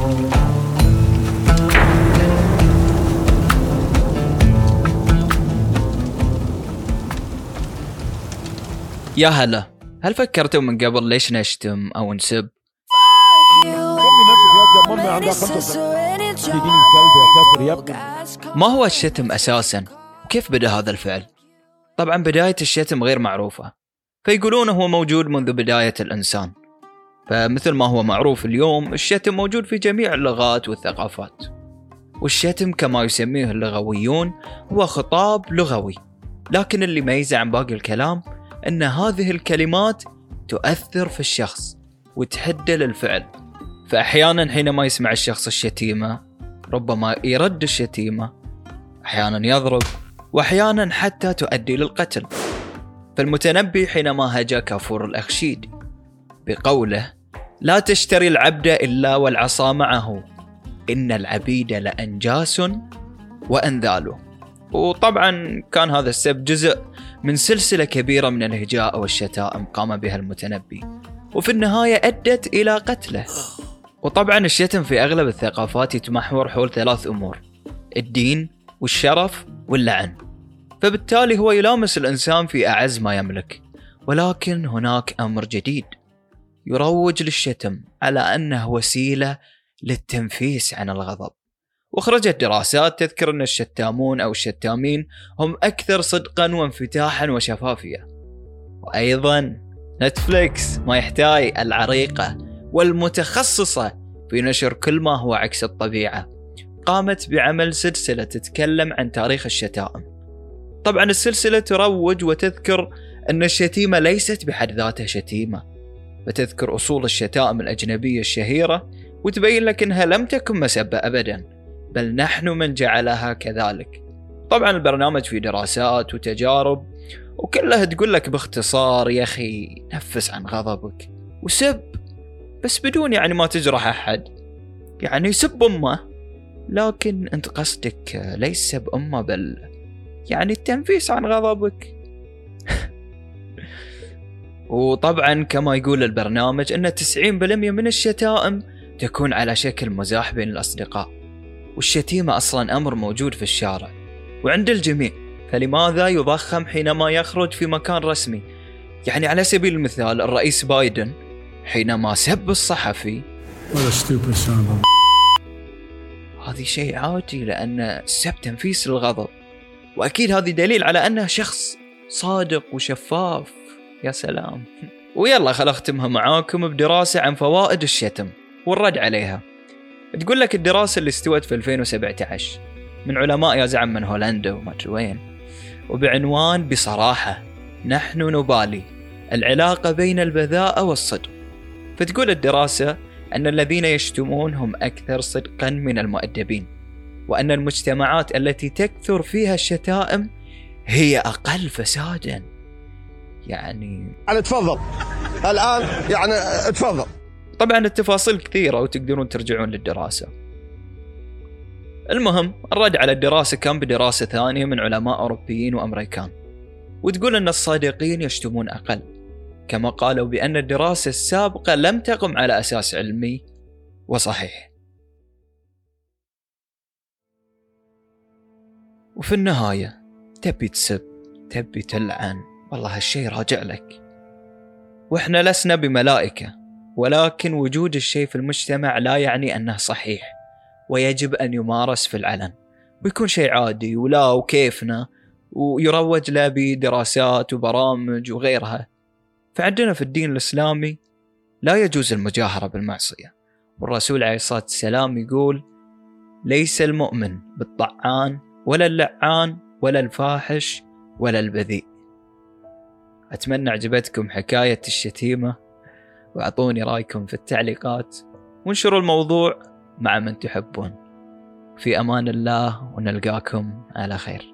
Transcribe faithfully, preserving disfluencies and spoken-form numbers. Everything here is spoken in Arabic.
يا هلا، هل فكرتوا من قبل ليش نشتم أو نسب؟ ما هو الشتم أساساً؟ وكيف بدأ هذا الفعل؟ طبعاً بداية الشتم غير معروفة، فيقولون هو موجود منذ بداية الإنسان. فمثل ما هو معروف اليوم، الشتم موجود في جميع اللغات والثقافات. والشتم كما يسميه اللغويون هو خطاب لغوي، لكن اللي يميزه عن باقي الكلام أن هذه الكلمات تؤثر في الشخص وتحده للفعل. فأحيانا حينما يسمع الشخص الشتيمة ربما يرد الشتيمة، أحيانا يضرب، وأحيانا حتى تؤدي للقتل. فالمتنبي حينما هجا كافور الأخشيد بقوله: لا تشتري العبد إلا والعصا معه، إن العبيد لأنجاس وأنذاله. وطبعا كان هذا السب جزء من سلسلة كبيرة من الهجاء والشتائم قام بها المتنبي، وفي النهاية أدت إلى قتله. وطبعا الشتم في أغلب الثقافات يتمحور حول ثلاث أمور: الدين والشرف واللعن. فبالتالي هو يلامس الإنسان في أعز ما يملك. ولكن هناك أمر جديد يروج للشتم على أنه وسيلة للتنفيس عن الغضب. وخرجت دراسات تذكر أن الشتامون أو الشتامين هم أكثر صدقاً وانفتاحاً وشفافية. وأيضاً نتفليكس ما يحتاج العريقة والمتخصصة في نشر كل ما هو عكس الطبيعة قامت بعمل سلسلة تتكلم عن تاريخ الشتائم. طبعاً السلسلة تروج وتذكر أن الشتيمة ليست بحد ذاتها شتيمة، فتذكر أصول الشتائم الأجنبية الشهيرة وتبين لك أنها لم تكن مسبة أبداً، بل نحن من جعلها كذلك. طبعا البرنامج فيه دراسات وتجارب وكلها تقول لك باختصار: يا أخي نفس عن غضبك وسب، بس بدون يعني ما تجرح أحد. يعني سب أمه، لكن أنت قصدك ليس سب أمه بل يعني التنفيس عن غضبك. وطبعا كما يقول البرنامج أن تسعين بالمئة من الشتائم تكون على شكل مزاح بين الأصدقاء، والشتيمة أصلا أمر موجود في الشارع وعند الجميع، فلماذا يضخم حينما يخرج في مكان رسمي؟ يعني على سبيل المثال الرئيس بايدن حينما سب الصحفي، هذه شيء عادي لأن السب تنفيس الغضب، وأكيد هذه دليل على أنه شخص صادق وشفاف. يا سلام. ويلا خل أختمها معاكم بدراسة عن فوائد الشتم والرد عليها. تقول لك الدراسة اللي استوت في ألفين وسبعة عشر من علماء يا زعم من هولندا وما أدري وين، وبعنوان بصراحة نحن نبالي العلاقة بين البذاءة والصدق. فتقول الدراسة أن الذين يشتمون هم أكثر صدقا من المؤدبين، وأن المجتمعات التي تكثر فيها الشتائم هي أقل فسادا. يعني أنا تفضل الآن، يعني تفضل. طبعا التفاصيل كثيرة وتقدرون ترجعون للدراسة. المهم الرد على الدراسة كان بدراسة ثانية من علماء أوروبيين وأمريكان، وتقول أن الصادقين يشتمون أقل، كما قالوا بأن الدراسة السابقة لم تقم على أساس علمي وصحيح. وفي النهاية تبي تسب، تبي تلعن، والله هالشيء راجع لك. وإحنا لسنا بملائكة، ولكن وجود الشيء في المجتمع لا يعني أنه صحيح ويجب أن يمارس في العلن ويكون شيء عادي ولا وكيفنا ويروج له بدراسات وبرامج وغيرها. فعندنا في الدين الإسلامي لا يجوز المجاهرة بالمعصية، والرسول عليه الصلاة والسلام يقول: ليس المؤمن بالطعان ولا اللعان ولا الفاحش ولا البذيء. أتمنى عجبتكم حكاية الشتيمة، وأعطوني رأيكم في التعليقات، وانشروا الموضوع مع من تحبون. في أمان الله، ونلقاكم على خير.